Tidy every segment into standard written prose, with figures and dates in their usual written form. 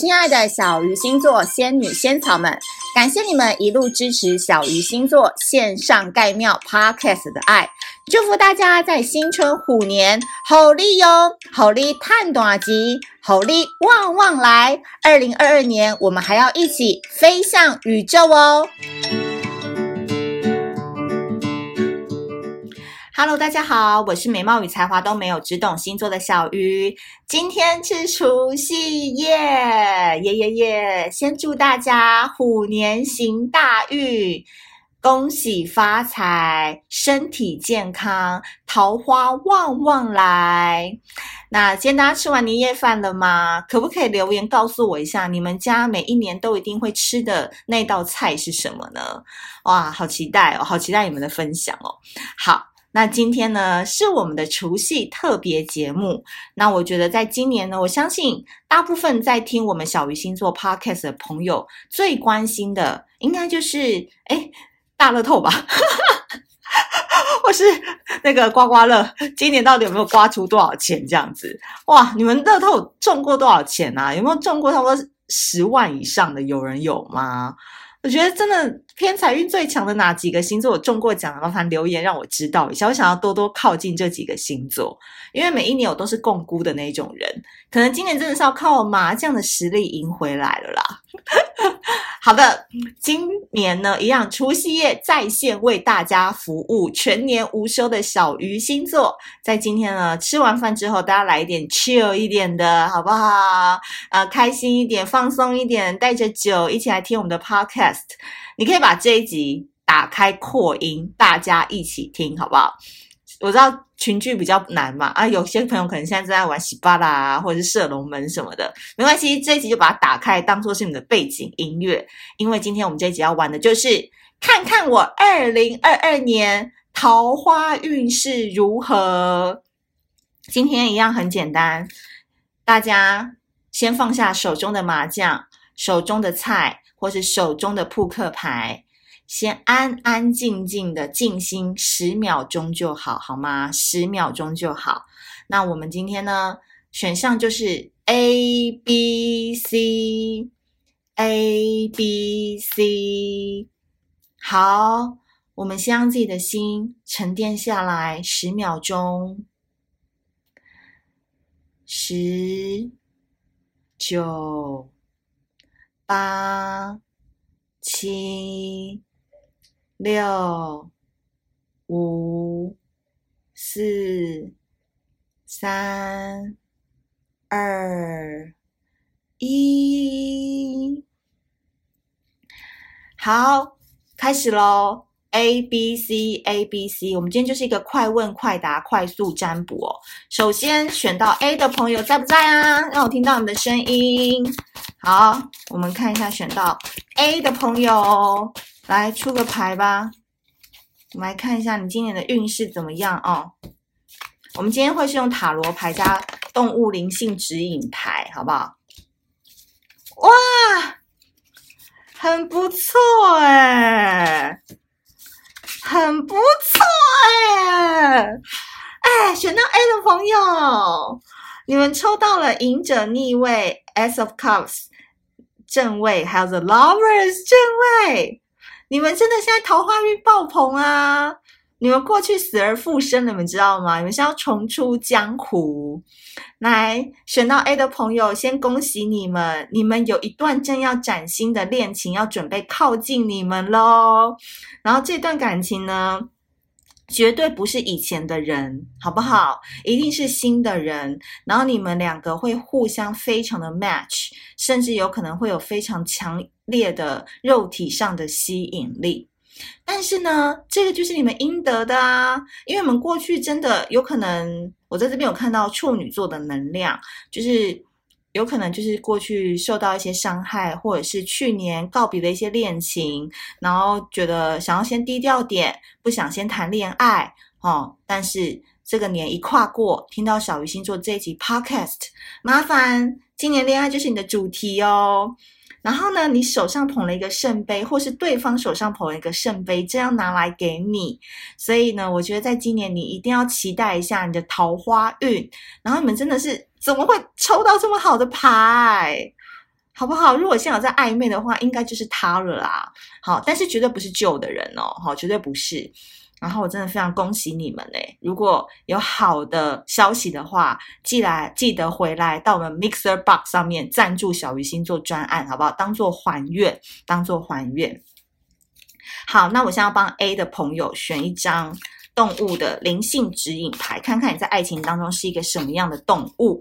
亲爱的小鱼星座仙女仙草们，感谢你们一路支持小鱼星座线上盖庙 Podcast 的爱，祝福大家在新春虎年虎力哟，虎力探大吉，虎力旺旺来。2022年我们还要一起飞向宇宙哦。Hello， 大家好，我是美貌与才华都没有，只懂星座的小鱼。今天是除夕夜，耶！先祝大家虎年行大运，恭喜发财，身体健康，桃花旺旺来。那今天大家吃完年夜饭了吗？可不可以留言告诉我一下，你们家每一年都一定会吃的那道菜是什么呢？哇，好期待哦，好期待你们的分享哦。好。那今天呢是我们的除夕特别节目，那我觉得在今年呢，我相信大部分在听我们小鱼星座 Podcast 的朋友最关心的应该就是大乐透吧或是那个刮刮乐今年到底有没有刮出多少钱这样子。哇，你们乐透中过多少钱啊？有没有中过差不多10万以上的，有人有吗？我觉得真的偏财运最强的哪几个星座有中过奖的，麻烦留言让我知道一下，我想要多多靠近这几个星座，因为每一年我都是共估的那种人，可能今年真的是要靠麻将的实力赢回来了啦好的，今年呢一样除夕夜在线为大家服务，全年无休的小鱼星座，在今天呢吃完饭之后，大家来一点 chill 一点的好不好？开心一点，放松一点，带着酒一起来听我们的 podcast。你可以把这一集打开扩音，大家一起听好不好？我知道群聚比较难嘛，有些朋友可能现在正在玩喜巴拉或者是射龙门什么的，没关系，这一集就把它打开当作是你的背景音乐，因为今天我们这一集要玩的就是看看我2022年桃花运势如何。今天一样很简单，大家先放下手中的麻将，手中的菜或是手中的扑克牌，先安安静静的静心10秒钟就好，好吗？10秒钟就好。那我们今天呢，选项就是 A、B、C。好，我们先让自己的心沉淀下来10秒钟。10、9、8、7、6、5、4、3、2、1。好，开始咯。ABC， 我们今天就是一个快问快答快速占卜哦。首先选到 A 的朋友在不在啊？让我听到你的声音。好，我们看一下选到 A 的朋友，来出个牌吧。我们来看一下你今年的运势怎么样哦。我们今天会是用塔罗牌加动物灵性指引牌，好不好？哇，很不错很不错选到 A 的朋友，你们抽到了隐者逆位 S of Cups 正位，还有 The Lovers 正位，你们真的现在桃花运爆棚啊！你们过去死而复生了，你们知道吗？你们是要重出江湖。来，选到 A 的朋友，先恭喜你们，你们有一段正要崭新的恋情要准备靠近你们咯。然后这段感情呢，绝对不是以前的人，好不好？一定是新的人，然后你们两个会互相非常的 match， 甚至有可能会有非常强烈的肉体上的吸引力。但是呢，这个就是你们应得的啊，因为我们过去真的有可能，我在这边有看到处女座的能量，就是有可能就是过去受到一些伤害，或者是去年告别的一些恋情，然后觉得想要先低调点，不想先谈恋爱但是这个年一跨过，听到小鱼星座这一集 podcast， 麻烦今年恋爱就是你的主题哦。然后呢，你手上捧了一个圣杯，或是对方手上捧了一个圣杯，这样拿来给你。所以呢，我觉得在今年你一定要期待一下你的桃花运。然后你们真的是怎么会抽到这么好的牌？ 好不好？如果现在有在暧昧的话，应该就是他了啦。好，但是绝对不是旧的人哦，好，绝对不是。然后我真的非常恭喜你们诶，如果有好的消息的话，记得回来到我们 Mixer Box 上面赞助小鱼星座专案，好不好？当做还愿。好，那我现在要帮 A 的朋友选一张动物的灵性指引牌，看看你在爱情当中是一个什么样的动物。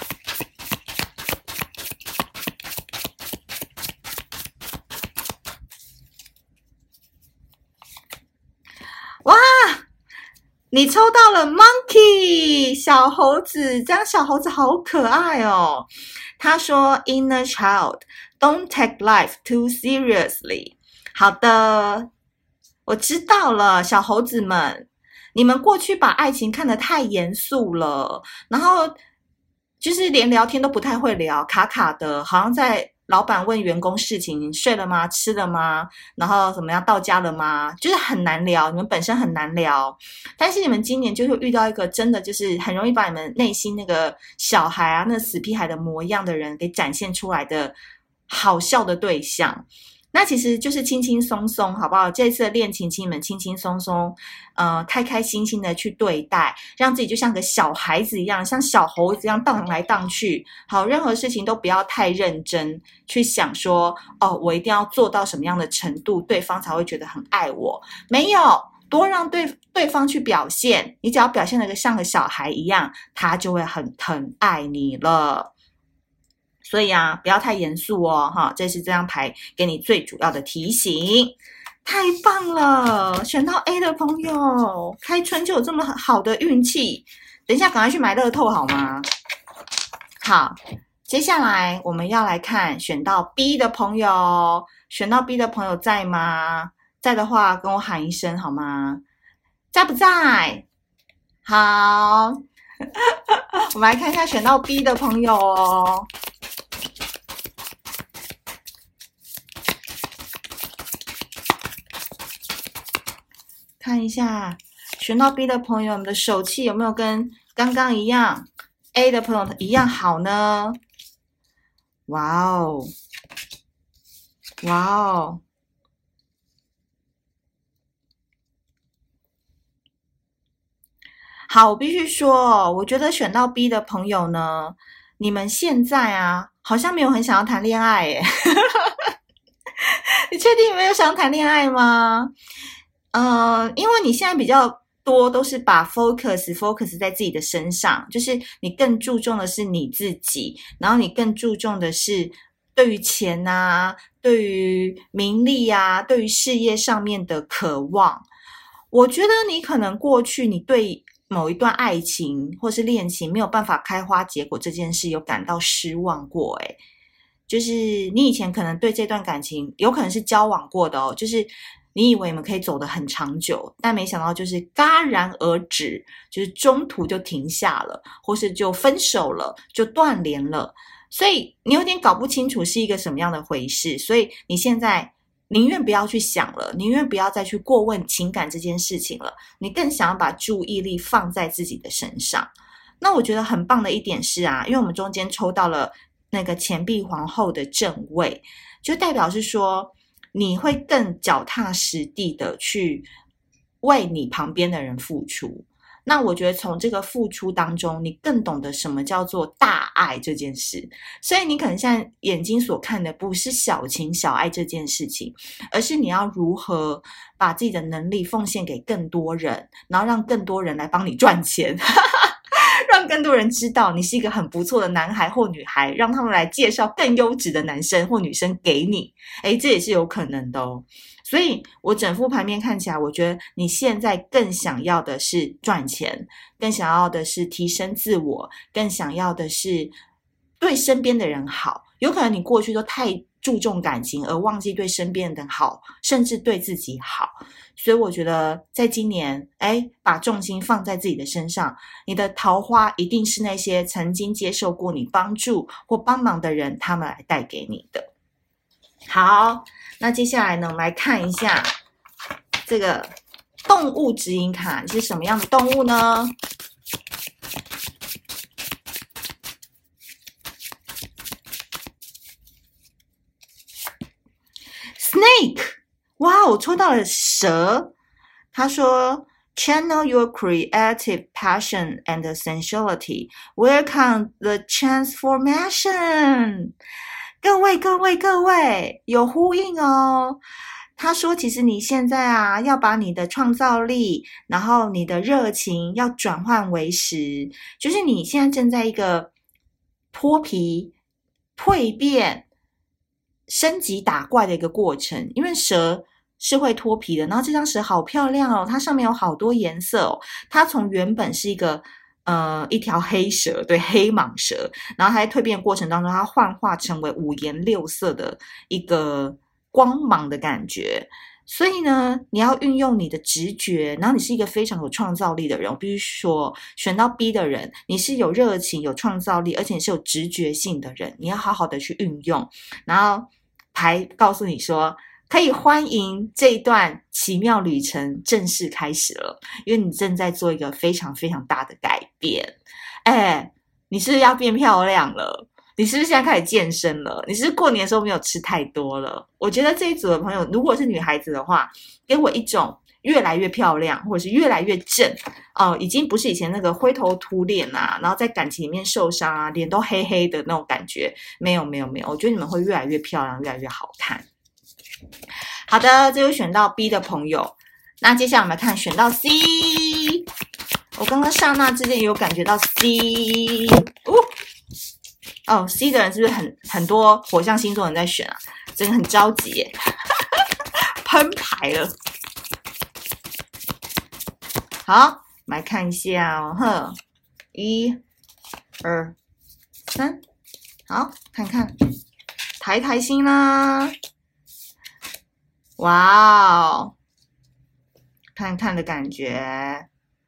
哇，你抽到了 Monkey 小猴子，这样小猴子好可爱哦。他说 Inner child, don't take life too seriously。 好的，我知道了，小猴子们，你们过去把爱情看得太严肃了，然后就是连聊天都不太会聊，卡卡的，好像在老板问员工事情，你睡了吗？吃了吗？然后怎么样？到家了吗？就是很难聊，你们本身很难聊。但是你们今年就会遇到一个真的就是很容易把你们内心那个小孩啊，那死屁孩的模样的人给展现出来的好笑的对象。那其实就是轻轻松松，好不好？这次的恋情，请你们轻轻松松，开开心心的去对待，让自己就像个小孩子一样，像小猴子一样荡来荡去。好，任何事情都不要太认真，去想说，哦，我一定要做到什么样的程度，对方才会觉得很爱我。没有，多让对方去表现，你只要表现得像个小孩一样，他就会很疼爱你了。所以啊，不要太严肃哦，哈，这是这张牌给你最主要的提醒。太棒了，选到 A 的朋友，开春就有这么好的运气。等一下赶快去买乐透好吗？好，接下来我们要来看选到 B 的朋友，选到 B 的朋友在吗？在的话跟我喊一声好吗？在不在？好，我们来看一下选到 B 的朋友哦。看一下选到 B 的朋友，你的手气有没有跟刚刚一样 A 的朋友一样好呢？哇哦，哇哦！好，我必须说，我觉得选到 B 的朋友呢，你们现在啊，好像没有很想要谈恋爱耶。你确定你没有想要谈恋爱吗？因为你现在比较多都是把 focus 在自己的身上，就是你更注重的是你自己，然后你更注重的是对于钱啊，对于名利啊，对于事业上面的渴望。我觉得你可能过去你对某一段爱情或是恋情没有办法开花结果这件事有感到失望过，就是你以前可能对这段感情有可能是交往过的哦，就是你以为你们可以走得很长久，但没想到就是戛然而止，就是中途就停下了，或是就分手了，就断联了。所以你有点搞不清楚是一个什么样的回事，所以你现在宁愿不要去想了，宁愿不要再去过问情感这件事情了，你更想要把注意力放在自己的身上。那我觉得很棒的一点是啊，因为我们中间抽到了那个钱币皇后的正位，就代表是说你会更脚踏实地的去为你旁边的人付出。那我觉得从这个付出当中，你更懂得什么叫做大爱这件事。所以你可能现在眼睛所看的不是小情小爱这件事情，而是你要如何把自己的能力奉献给更多人，然后让更多人来帮你赚钱。让更多人知道你是一个很不错的男孩或女孩，让他们来介绍更优质的男生或女生给你。这也是有可能的哦。所以我整副盘面看起来，我觉得你现在更想要的是赚钱，更想要的是提升自我，更想要的是对身边的人好。有可能你过去都太注重感情，而忘记对身边的人好，甚至对自己好。所以我觉得在今年，把重心放在自己的身上，你的桃花一定是那些曾经接受过你帮助或帮忙的人，他们来带给你的。好，那接下来呢，我们来看一下这个动物指引卡是什么样的动物呢？ snake， 哇，我抽到了蛇。他说 Channel your creative passion and sensuality. Welcome the transformation. 各位，有呼应哦。他说其实你现在啊，要把你的创造力，然后你的热情要转换为实，就是你现在正在一个脱皮、蜕变、升级打怪的一个过程。因为蛇是会脱皮的，然后这张蛇好漂亮哦，它上面有好多颜色哦。它从原本是一条黑蛇，对，黑蟒蛇，然后它在蜕变的过程当中，它幻化成为五颜六色的一个光芒的感觉。所以呢，你要运用你的直觉，然后你是一个非常有创造力的人。我必须说，选到 B 的人，你是有热情、有创造力，而且你是有直觉性的人，你要好好的去运用。然后牌告诉你说，可以欢迎这一段奇妙旅程正式开始了，因为你正在做一个非常非常大的改变。你是不是要变漂亮了？你是不是现在开始健身了？你是不是过年的时候没有吃太多了？我觉得这一组的朋友，如果是女孩子的话，给我一种越来越漂亮，或者是越来越正已经不是以前那个灰头土脸啊，然后在感情里面受伤啊，脸都黑黑的那种感觉。没有，我觉得你们会越来越漂亮，越来越好看。好的，这就选到 B 的朋友。那接下来我们看选到 C。我刚刚刹那之间有感觉到 C。C 的人是不是很多火象星座人在选啊？真的很着急耶，喷牌了。好，我们来看一下哦。1、2、3，好，看看，抬心啦。哇哦，看看的感觉。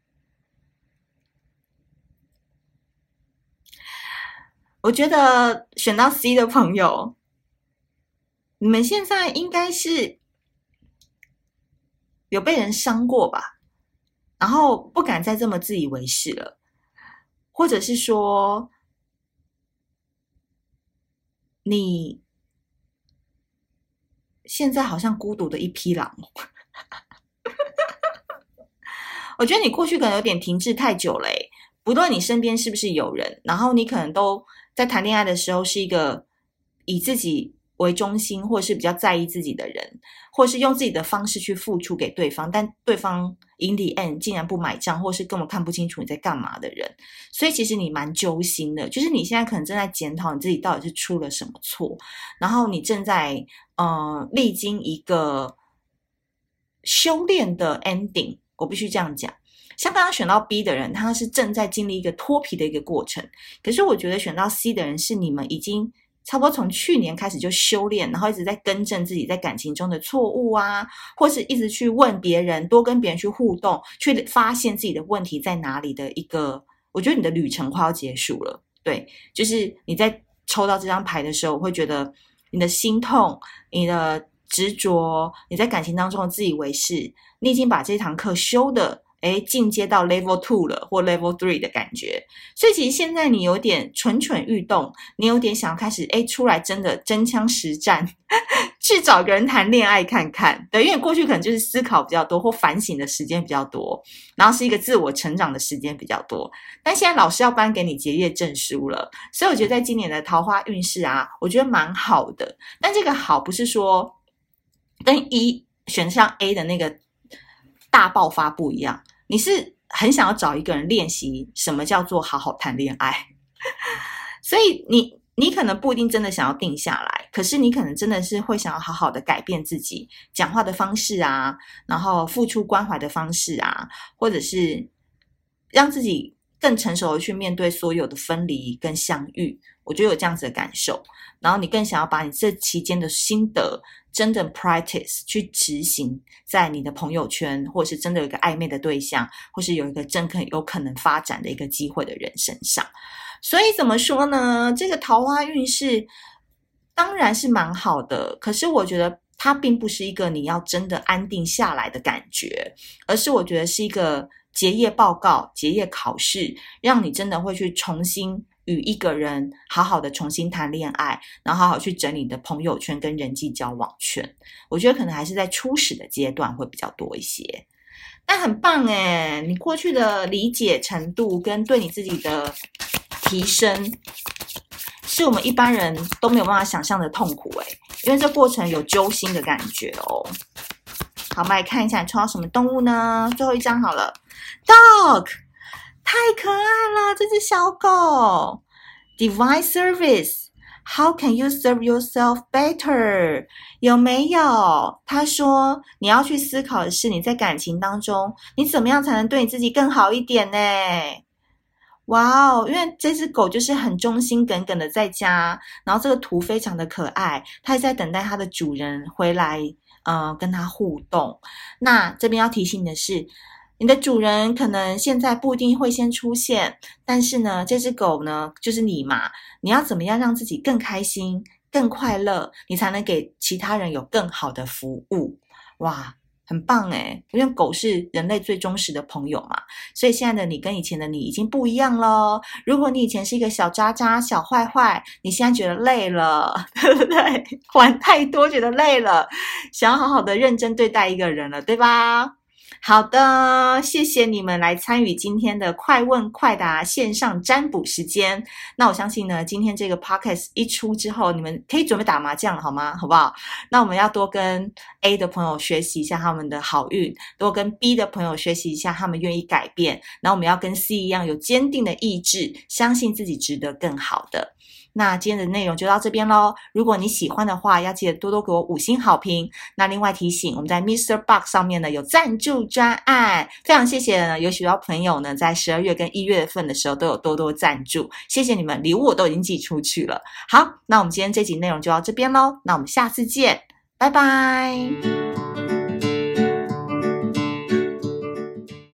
我觉得选到 C 的朋友，你们现在应该是有被人伤过吧，然后不敢再这么自以为是了，或者是说你现在好像孤独的一匹狼。我觉得你过去可能有点停滞太久了不论你身边是不是有人，然后你可能都在谈恋爱的时候是一个以自己为中心，或是比较在意自己的人，或是用自己的方式去付出给对方，但对方 in the end 竟然不买账，或是根本看不清楚你在干嘛的人。所以其实你蛮揪心的，就是你现在可能正在检讨你自己到底是出了什么错，然后你正在历经一个修炼的 ending， 我必须这样讲。像刚刚选到 B 的人，他是正在经历一个脱皮的一个过程，可是我觉得选到 C 的人是你们已经差不多从去年开始就修炼，然后一直在更正自己在感情中的错误啊，或是一直去问别人，多跟别人去互动，去发现自己的问题在哪里的一个，我觉得你的旅程快要结束了。对，就是你在抽到这张牌的时候，我会觉得你的心痛，你的执着，你在感情当中的自以为是，你已经把这堂课修的进阶到 level 2了，或 level 3的感觉。所以其实现在你有点蠢蠢欲动，你有点想要开始出来真的真枪实战去找一个人谈恋爱看看。对，因为过去可能就是思考比较多，或反省的时间比较多，然后是一个自我成长的时间比较多。但现在老师要颁给你结业证书了，所以我觉得在今年的桃花运势啊，我觉得蛮好的。但这个好不是说跟选项 A 的那个大爆发不一样，你是很想要找一个人练习什么叫做好好谈恋爱。所以你可能不一定真的想要定下来，可是你可能真的是会想要好好的改变自己讲话的方式啊，然后付出关怀的方式啊，或者是让自己更成熟的去面对所有的分离跟相遇。我觉得有这样子的感受，然后你更想要把你这期间的心得真的 practice 去执行在你的朋友圈，或者是真的有一个暧昧的对象，或是有一个真有可能发展的一个机会的人身上。所以怎么说呢，这个桃花运势当然是蛮好的，可是我觉得它并不是一个你要真的安定下来的感觉，而是我觉得是一个结业报告、结业考试，让你真的会去重新与一个人好好的重新谈恋爱，然后好好去整理你的朋友圈跟人际交往圈。我觉得可能还是在初始的阶段会比较多一些。但很棒耶，你过去的理解程度跟对你自己的提升，是我们一般人都没有办法想象的痛苦耶，因为这过程有揪心的感觉哦。好，我们来看一下你抽到什么动物呢？最后一张好了 ，Dog， 太可爱了，这只小狗。Divine Service。How can you serve yourself better？ 有没有？他说你要去思考的是你在感情当中你怎么样才能对你自己更好一点呢？哇哦，因为这只狗就是很忠心耿耿的在家，然后这个图非常的可爱，它也在等待它的主人回来跟它互动。那这边要提醒你的是，你的主人可能现在不一定会先出现，但是呢，这只狗呢就是你嘛，你要怎么样让自己更开心、更快乐，你才能给其他人有更好的服务。哇，很棒耶，因为狗是人类最忠实的朋友嘛，所以现在的你跟以前的你已经不一样咯。如果你以前是一个小渣渣、小坏坏，你现在觉得累了，对不对？玩太多觉得累了，想要好好的认真对待一个人了，对吧？好的，谢谢你们来参与今天的快问快答线上占卜时间。那我相信呢，今天这个 podcast 一出之后，你们可以准备打麻将了，好吗？好不好？那我们要多跟 A 的朋友学习一下他们的好运，多跟 B 的朋友学习一下他们愿意改变，然后我们要跟 C 一样有坚定的意志，相信自己值得更好的。那今天的内容就到这边咯，如果你喜欢的话，要记得多多给我5星好评。那另外提醒，我们在 MrBox 上面呢有赞助专案，非常谢谢呢有许多朋友呢在12月跟1月份的时候都有多多赞助，谢谢你们，礼物我都已经寄出去了。好，那我们今天这集内容就到这边咯，那我们下次见，拜拜。